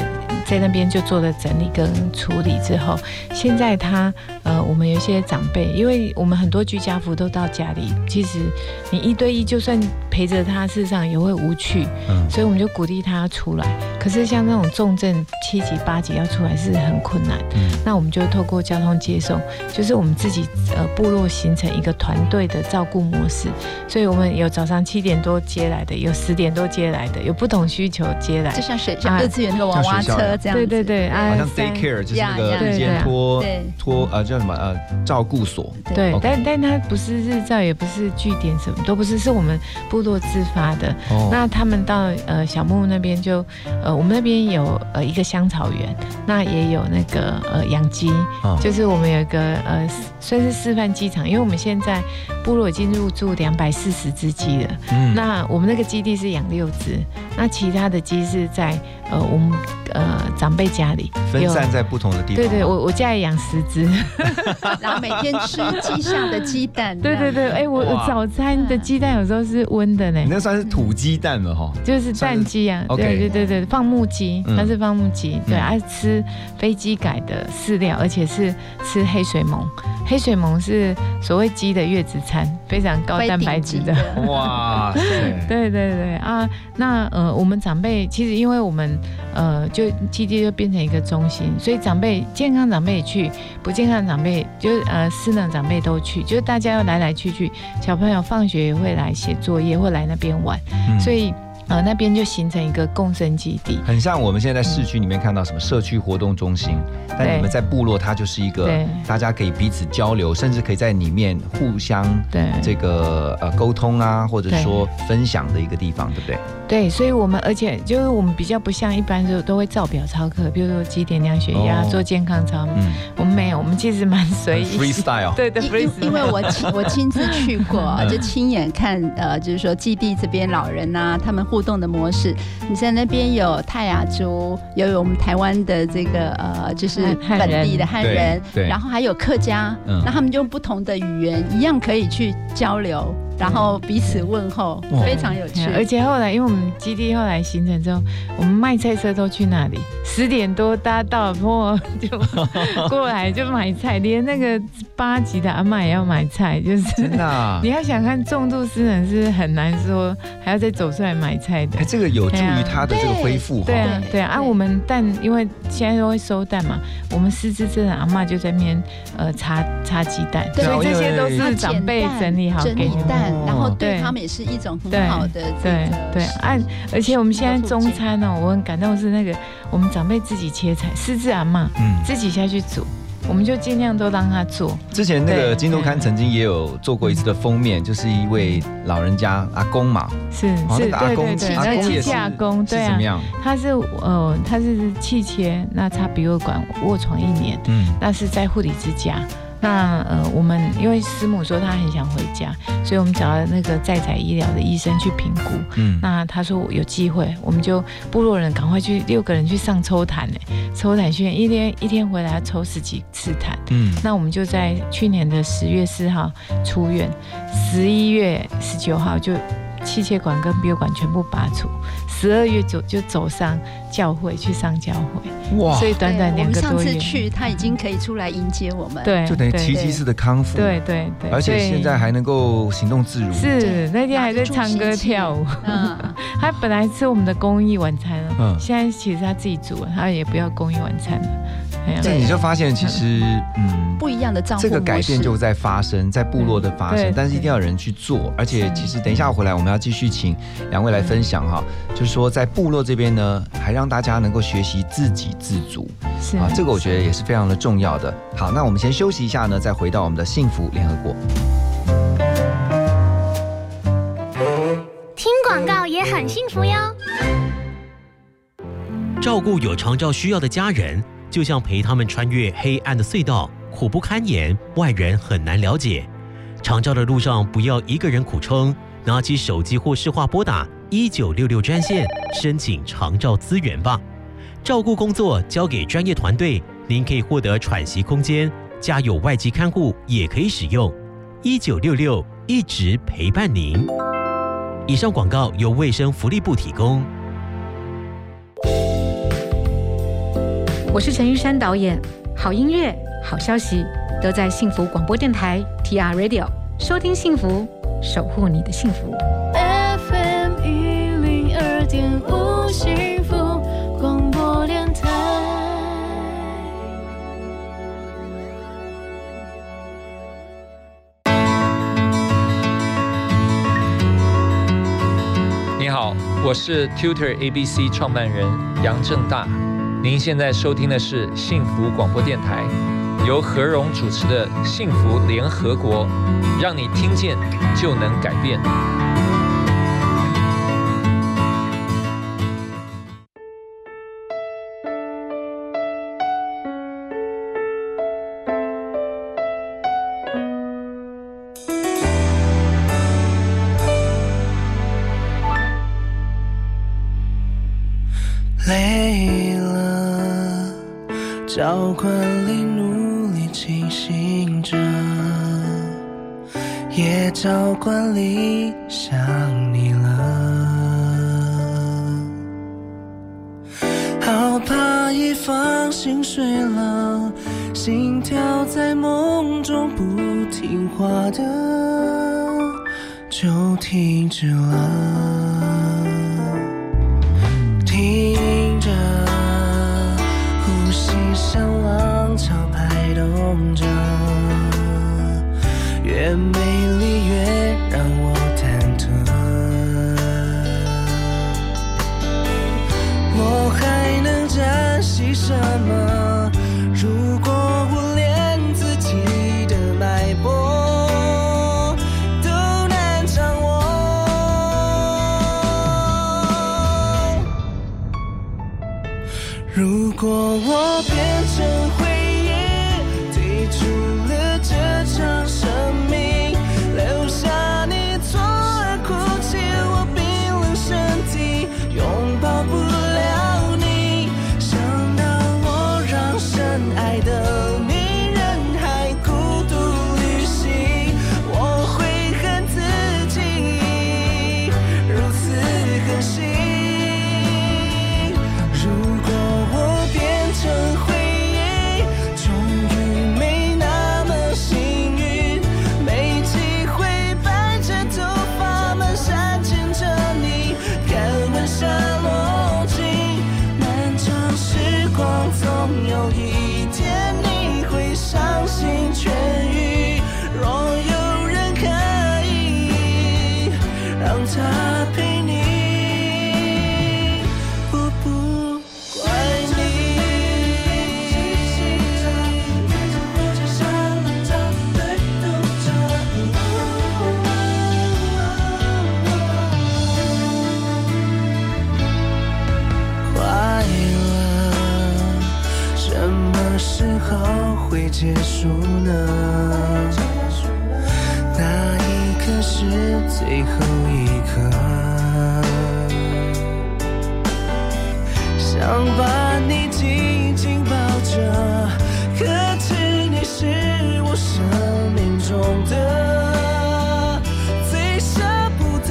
Speaker 3: 在那边就做了整理跟处理之后，现在我们有一些长辈，因为我们很多居家服都到家里，其实你1对1就算陪着他，事实上也会无趣，所以我们就鼓励他出来。可是像那种重症7级8级要出来是很困难，那我们就透过交通接送，就是我们自己部落形成一个团队的照顾模式，所以我们有早上7点多接来的，有10点多接来的，有不同需求接来的，
Speaker 4: 就像幼稚园那个娃娃车这样子，
Speaker 3: 对，
Speaker 1: 好像 daycare 就是那个日间叫什么照顾所，
Speaker 3: 对，但它不是日照，也不是据点，什么都不是，是我们部落自发的。那他们到小木那边就我们那边有一个香草园，那也有那个养鸡，就是我们有一个算是示范鸡场，因为我们现在部落已经入驻240只鸡了，那我们那个基地是养6只，那其他的鸡是在我们长辈家里
Speaker 1: 分散在不同的地方。
Speaker 3: 对，我家里养10只，
Speaker 4: 然后每天吃鸡下的鸡蛋。
Speaker 3: 对，我早餐的鸡蛋有时候是温的呢。
Speaker 1: 你那算是土鸡蛋了哈，
Speaker 3: 就是蛋鸡啊。对，放牧鸡，它是放牧鸡，对，爱吃非鸡改的饲料，而且是吃黑水虻。黑水虻是所谓鸡的月子餐，非常高蛋白质的。
Speaker 1: 哇，
Speaker 3: 对啊，那我们长辈其实因为我们就基地就变成一个中心，所以健康长辈也去，不健康长辈就是失能长辈都去，就是大家要来去，小朋友放学也会来写作业，会来那边玩，所以那边就形成一个共生基地，
Speaker 1: 很像我们现在在市区里面看到什么社区活动中心，但你们在部落，它就是一个大家可以彼此交流，甚至可以在里面互相这个沟通啊，或者说分享的一个地方，对不对？
Speaker 3: 对，所以而且就是我们比较不像一般都会照表操课，比如说几点量血压、做健康操，我们没有，我们其实蛮随意
Speaker 1: freestyle。
Speaker 3: 对，freestyle。
Speaker 4: 因为我亲自去过，就亲眼看就是说基地这边老人啊，他们互动的模式。你在那边有泰雅族，有我们台湾的这个就是本地的汉人，然后还有客家，那他们就用不同的语言一样可以去交流。然后彼此问候，非常有趣。
Speaker 3: 而且后来，因为我们基地后来形成之后，我们卖菜车都去那里，10点多大家到了坡就过来就买菜，连那个8级的阿嬷也要买菜，就是
Speaker 1: 真的啊。
Speaker 3: 你要想看重度失能是很难说还要再走出来买菜的，
Speaker 1: 这个有助于他的这个恢复。
Speaker 3: 对啊，我们蛋因为现在都会收蛋嘛，我们失智症的阿嬷就在那边擦鸡蛋，所以这些都是长辈整理好给你们。
Speaker 4: 然后对他们也是一种很好的
Speaker 3: 对，而且我们现在中餐我很感动是那个我们长辈自己切菜，失智阿嬷自己下去煮，我们就尽量都让他做。
Speaker 1: 之前那个金周刊曾经也有做过一次的封面，就是一位老人家阿公嘛，
Speaker 3: 是
Speaker 1: 那个阿公
Speaker 3: 也是阿公，对啊，他是气切，那插鼻胃管卧床1年，那是在护理之家。那我们因为师母说她很想回家，所以我们找了那个在宅医疗的医生去评估。那他说有机会，我们就部落人赶快去6个人去上抽痰抽痰训练，一天回来要抽10几次痰。那我们就在去年的10月4号出院，11月19号就气切管跟鼻胃管全部拔除，12月就走上教会去上教会，哇！所以短短2个多月，我们
Speaker 4: 上次去他已经可以出来迎接我们，
Speaker 3: 对，
Speaker 1: 就等于奇迹式的康复，
Speaker 3: 对，
Speaker 1: 而且现在还能够行动自如，
Speaker 3: 是那天还在唱歌跳舞，他本来吃我们的公益晚餐了，现在其实他自己煮了，他也不要公益晚餐了。
Speaker 1: 这你就发现其实
Speaker 4: 不一样的照顾模式，
Speaker 1: 这个改变就在发生，在部落的发生，但是一定要有人去做。而且其实等一下回来我们要继续请2位来分享哈，就是说在部落这边呢，还让大家能够学习自给自足，这个我觉得也是非常的重要的。好，那我们先休息一下呢，再回到我们的幸福联合国。
Speaker 15: 听广告也很幸福哟。
Speaker 16: 照顾有长照需要的家人，就像陪他们穿越黑暗的隧道，苦不堪言，外人很难了解。长照的路上，不要一个人苦撑，拿起手机或市话拨打1966专线，申请长照资源吧。照顾工作交给专业团队，您可以获得喘息空间，家有外籍看护也可以使用。1966一直陪伴您。以上广告由卫生福利部提供。
Speaker 17: 我是陈玉珊导演，好音乐、好消息都在幸福广播电台 TR Radio， 收听幸福，守护你的幸福。
Speaker 7: FM 102.5幸福广播电台。
Speaker 18: 你好，我是 Tutor ABC 创办人杨正大。您现在收听的是幸福广播电台，由何荣主持的《幸福联合国》，让你听见就能改变。
Speaker 2: 累了，照管里努力清醒着，也照管里想你了，好怕一放心睡了，心跳在梦中不听话的就停止了，听着呼吸像浪潮拍动着，越美丽越让我忐忑，我还能珍惜什么？如果我连自己的脉搏都难掌握，如果我变成回忆，退出了这场生命，留下你左耳哭泣，我冰冷身体拥抱不了你，想到我让深爱的你人海孤独旅行，我会恨自己如此狠心。如果我变成回忆，终于没那么幸运，没机会摆着头发蹒跚牵着你，看晚霞落尽，漫长时光总有一天你会伤心痊愈，若有人可以让他陪你，我不怪你。快乐什么时候会结束呢？那一刻是最后一刻，想把你紧紧抱着，可知你是我生命中的最舍不得。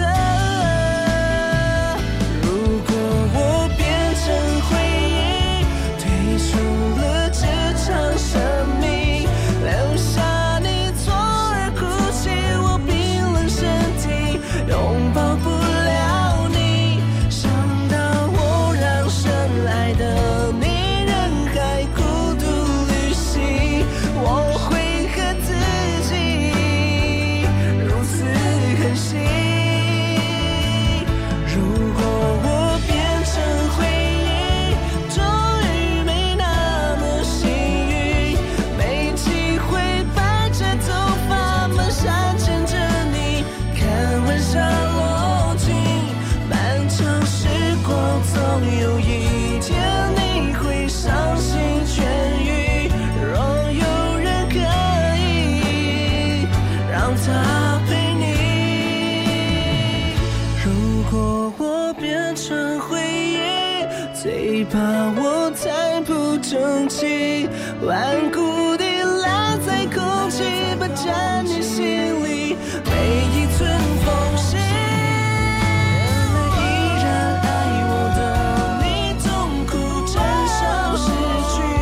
Speaker 2: 如果我变成回忆，退出了这场生命，留下你左耳哭泣，我冰冷身体拥抱不了你，想到我让深爱的你人海孤独旅行，我会恨自己如此狠心。如果我变成回忆，终于没那么幸运，没机会摆着头发蹒跚牵着你，看晚霞落尽，漫长时光总有一天你会伤心痊愈，若有人可以让他陪你。如果我变成回忆，最怕我太不争气，顽固地赖在空气，霸占你心里每一寸缝隙。原来依然爱我的你，痛苦承受失去。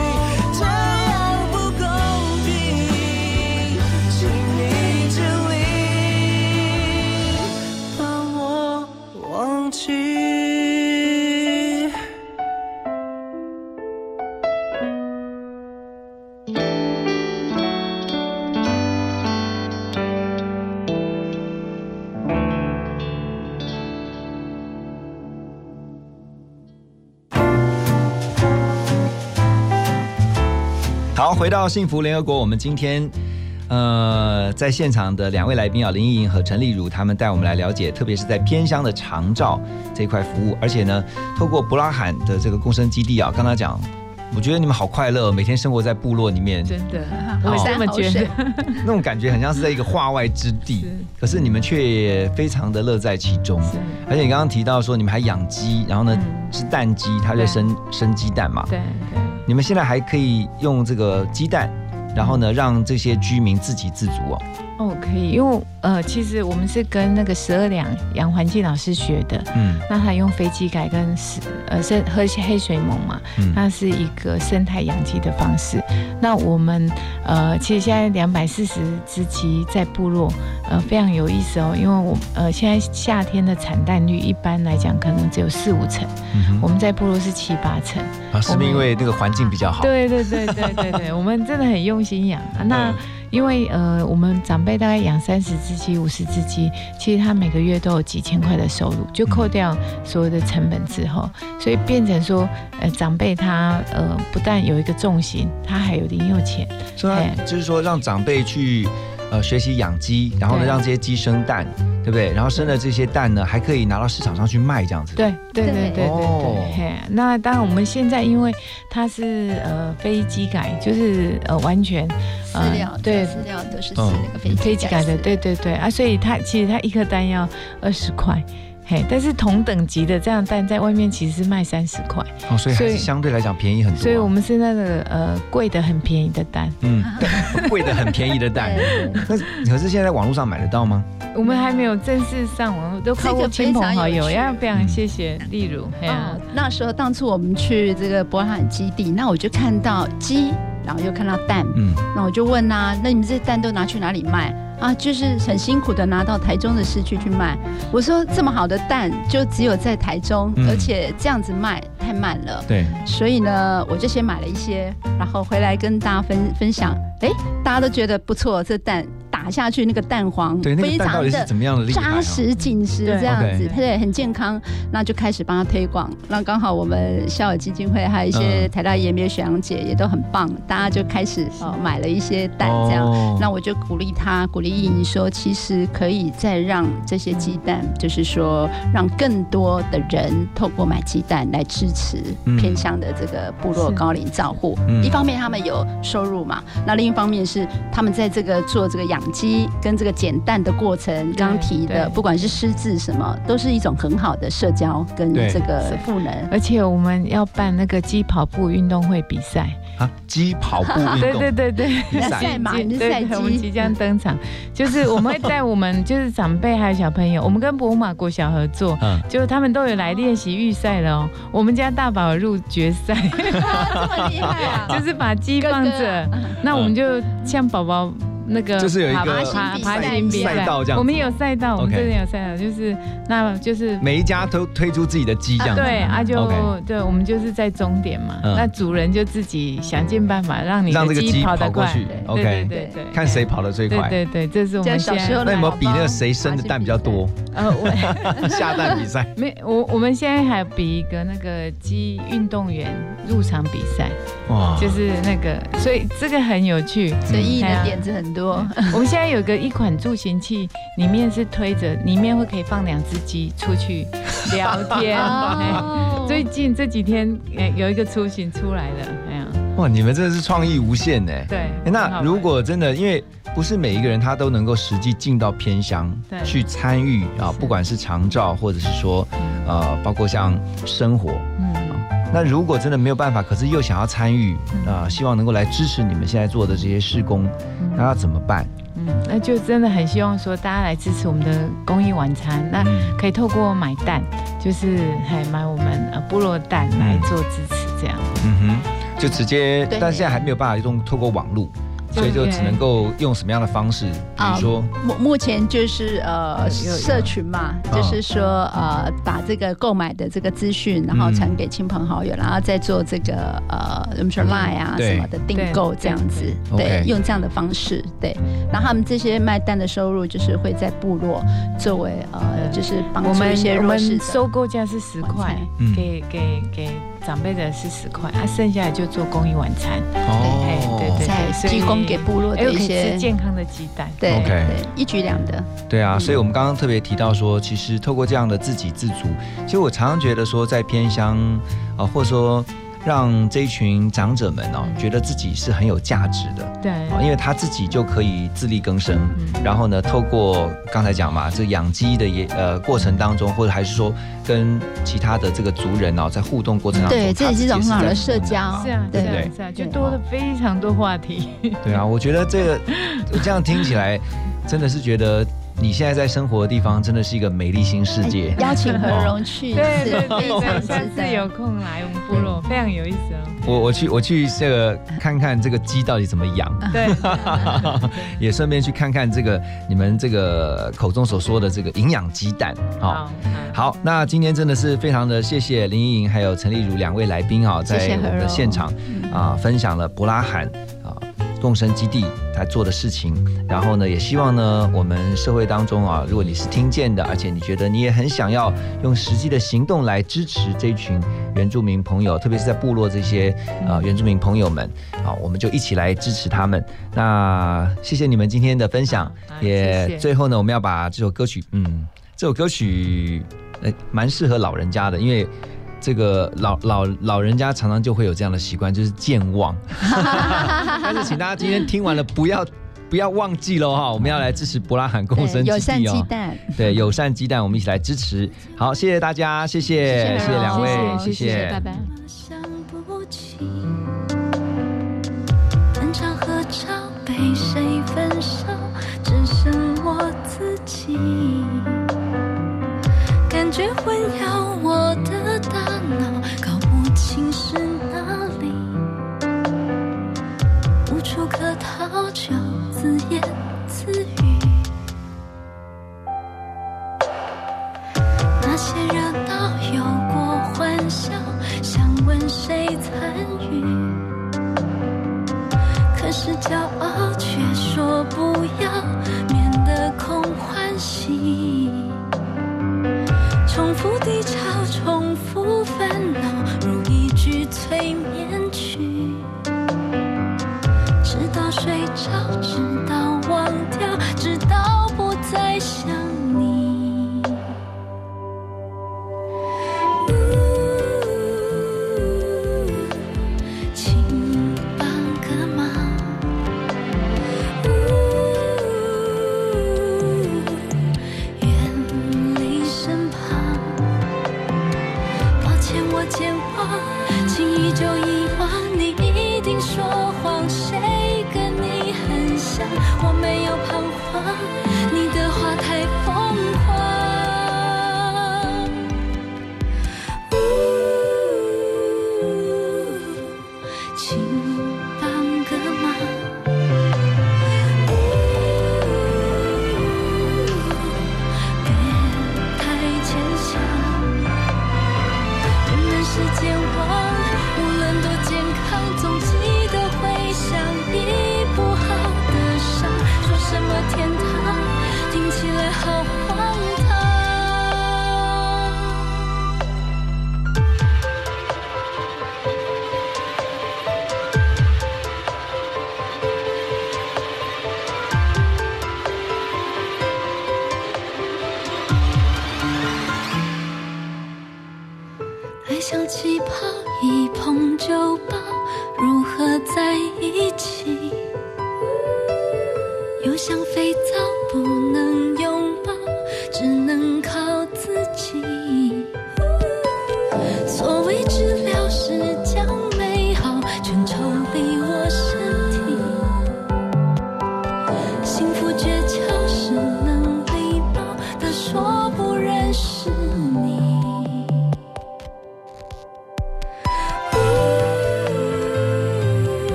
Speaker 1: 回到幸福联合国，我们今天在现场的2位来宾林依莹和陈丽如，他们带我们来了解，特别是在偏乡的长照这一块服务，而且呢，透过伯拉罕的这个共生基地刚刚讲，我觉得你们好快乐，每天生活在部落里面，
Speaker 3: 真的，我这么觉得，
Speaker 1: 那种感觉很像是在一个化外之地，可是你们却也非常的乐在其中。而且你刚刚提到说你们还养鸡，然后呢是蛋鸡，它在生鸡蛋嘛，
Speaker 3: 对，
Speaker 1: 你们现在还可以用这个鸡蛋，然后呢让这些居民自给自足
Speaker 3: 可以，因为其实我们是跟那个12两杨环境老师学的，那他用飞机改跟喝黑水虻嘛，那是一个生态养鸡的方式。那我们其实现在240只鸡在部落，非常有意思因为我现在夏天的产蛋率一般来讲可能只有4-5成，我们在部落是7-8成
Speaker 1: 是不是因为那个环境比较好？
Speaker 3: 对，我们真的很用心养那。因为我们长辈大概养30只鸡、50只鸡，其实他每个月都有几千块的收入，就扣掉所有的成本之后，所以变成说，长辈他不但有一个重心，他还有零用钱。
Speaker 1: 所以就是说让长辈去学习养鸡，然后呢让这些鸡生蛋，对不对？然后生的这些蛋呢，还可以拿到市场上去卖，这样子。
Speaker 3: 对。那当然，我们现在因为它是非机改，就是完全
Speaker 4: 饲料都是吃那个
Speaker 3: 非机改的，对所以其实它一颗蛋要20块。但是同等级的这样蛋在外面其实是卖30块，
Speaker 1: 所以还是相对来讲便宜很多。
Speaker 3: 所以我们是那个贵的很便宜的蛋，
Speaker 1: 贵的很便宜的蛋。那可是现在网络上买得到吗？
Speaker 3: 我们还没有正式上网，都靠过亲朋好友。要非常谢谢丽如。
Speaker 4: 那时候当初我们去这个伯拉罕基地，那我就看到鸡，然后又看到蛋，那我就问那你们这蛋都拿去哪里卖？就是很辛苦的拿到台中的市区去卖。我说这么好的蛋就只有在台中，而且这样子卖太慢了。
Speaker 1: 对，
Speaker 4: 所以呢，我就先买了一些，然后回来跟大家分享。大家都觉得不错，这蛋打下去那个蛋黄非常的扎实紧实，这样子，对，很健康。那就开始帮他推广。那刚好我们孝友基金会还有一些台大EMBA学长姐也都很棒，大家就开始买了一些蛋这样。那我就鼓励依莹说，其实可以再让这些鸡蛋，就是说让更多的人透过买鸡蛋来支持偏乡的这个部落高龄照护。一方面他们有收入嘛，那另一方面是他们在这个做这个养鸡跟这个捡蛋的过程，刚提的不管是失智什么，都是一种很好的社交跟这个赋能。
Speaker 3: 而且我们要办那个鸡跑步运动会比赛
Speaker 1: 鸡跑步运动
Speaker 3: 对
Speaker 4: 赛马还是赛鸡？
Speaker 3: 我们即将登场，就是我们会带我们就是长辈还有小朋友，我们跟伯马国小合作，就他们都有来练习预赛了我们家大宝入决赛，
Speaker 4: 这么厉害啊！
Speaker 3: 就是把鸡放着，那我们就像宝宝。那个
Speaker 1: 就是有一个
Speaker 3: 爬行比赛
Speaker 1: 道这样，
Speaker 3: 我们有赛道，我们这边有赛道，就是
Speaker 1: 每一家都推出自己的鸡这样子，
Speaker 3: 对，我们就是在终点嘛，那主人就自己想尽办法让你的鸡跑得快
Speaker 1: ，OK，看谁跑得最快，
Speaker 3: 对，这是我们现在。
Speaker 1: 那有没有比那个谁生的蛋比较多？下蛋比赛？
Speaker 3: 我们现在还比一个那个鸡运动员入场比赛，就是那个，所以这个很有趣，
Speaker 4: 所以意义的点子很多。
Speaker 3: 我们现在有一款助行器，里面是推着，里面可以放2只鸡出去聊天。最近这几天有一个雏形出来了，
Speaker 1: 哇，你们真的是创意无限呢。
Speaker 3: 对，
Speaker 1: 那如果真的，因为不是每一个人他都能够实际进到偏乡去参与不管是长照或者是说包括像生活，那如果真的没有办法，可是又想要参与希望能够来支持你们现在做的这些事工，那要怎么办？
Speaker 3: 那就真的很希望说大家来支持我们的公益晚餐，那可以透过买蛋，就是买我们部落蛋来做支持，这样。
Speaker 1: 就直接，但现在还没有办法透过网络。所以就只能够用什么样的方式？比如说，
Speaker 4: 目前就是社群嘛，就是说把这个购买的这个资讯，然后传给亲朋好友，然后再做这个我们说 Line 啊什么的订购这样子，对，用这样的方式， 对，然后他们这些卖蛋的收入就是会在部落作为就是帮助一些弱势的。
Speaker 3: 我们收购价是10块，给长辈的是10块，剩下来就做公益晚餐。对，
Speaker 4: 提供给部落的一些
Speaker 3: 健康的鸡蛋。
Speaker 4: 对对，一举两得。
Speaker 1: 对啊，所以我们刚刚特别提到说，其实透过这样的自给自足，其实我常常觉得说，在偏乡或者说让这一群长者们觉得自己是很有价值的。
Speaker 3: 对，
Speaker 1: 因为他自己就可以自力更生，然后呢，透过刚才讲嘛，这养鸡的过程当中，或者还是说跟其他的这个族人在互动过程当中，
Speaker 4: 对，这也是一种很好的社交，
Speaker 3: 是啊，就多了非常多话题。
Speaker 1: 对啊，我觉得这样听起来，真的是觉得。你现在在生活的地方真的是一个美丽新世界，
Speaker 4: 邀请何荣去，
Speaker 3: 对，下次有空来我们部落，非常有意思哦。
Speaker 1: 我去这个看看这个鸡到底怎么养，
Speaker 3: 对，
Speaker 1: 也顺便去看看这个你们这个口中所说的这个营养鸡蛋。好，那今天真的是非常的谢谢林依莹还有陈丽如2位来宾在我们的现场分享了伯拉罕共生基地他做的事情，然后呢，也希望呢，我们社会当中如果你是听见的，而且你觉得你也很想要用实际的行动来支持这一群原住民朋友，特别是在部落这些原住民朋友们，我们就一起来支持他们。那谢谢你们今天的分享，也最后呢，我们要把这首歌曲，这首歌曲蛮适合老人家的，因为。这个老人家常常就会有这样的习惯，就是健忘。但是请大家今天听完了，不要忘记了我们要来支持伯拉罕共生基地
Speaker 4: 友善鸡蛋，
Speaker 1: 对，友善鸡蛋，我们一起来支持。好，谢谢大家，谢谢2位，谢谢，
Speaker 4: 拜拜。